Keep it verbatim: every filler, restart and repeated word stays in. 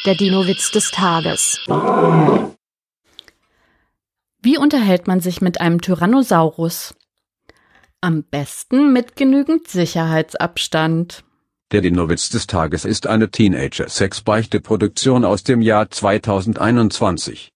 Der Dino-Witz des Tages. Wie unterhält man sich mit einem Tyrannosaurus? Am besten mit genügend Sicherheitsabstand. Der Dino-Witz des Tages ist eine Teenager-Sex-Beichte-Produktion aus dem Jahr zweitausendeinundzwanzig.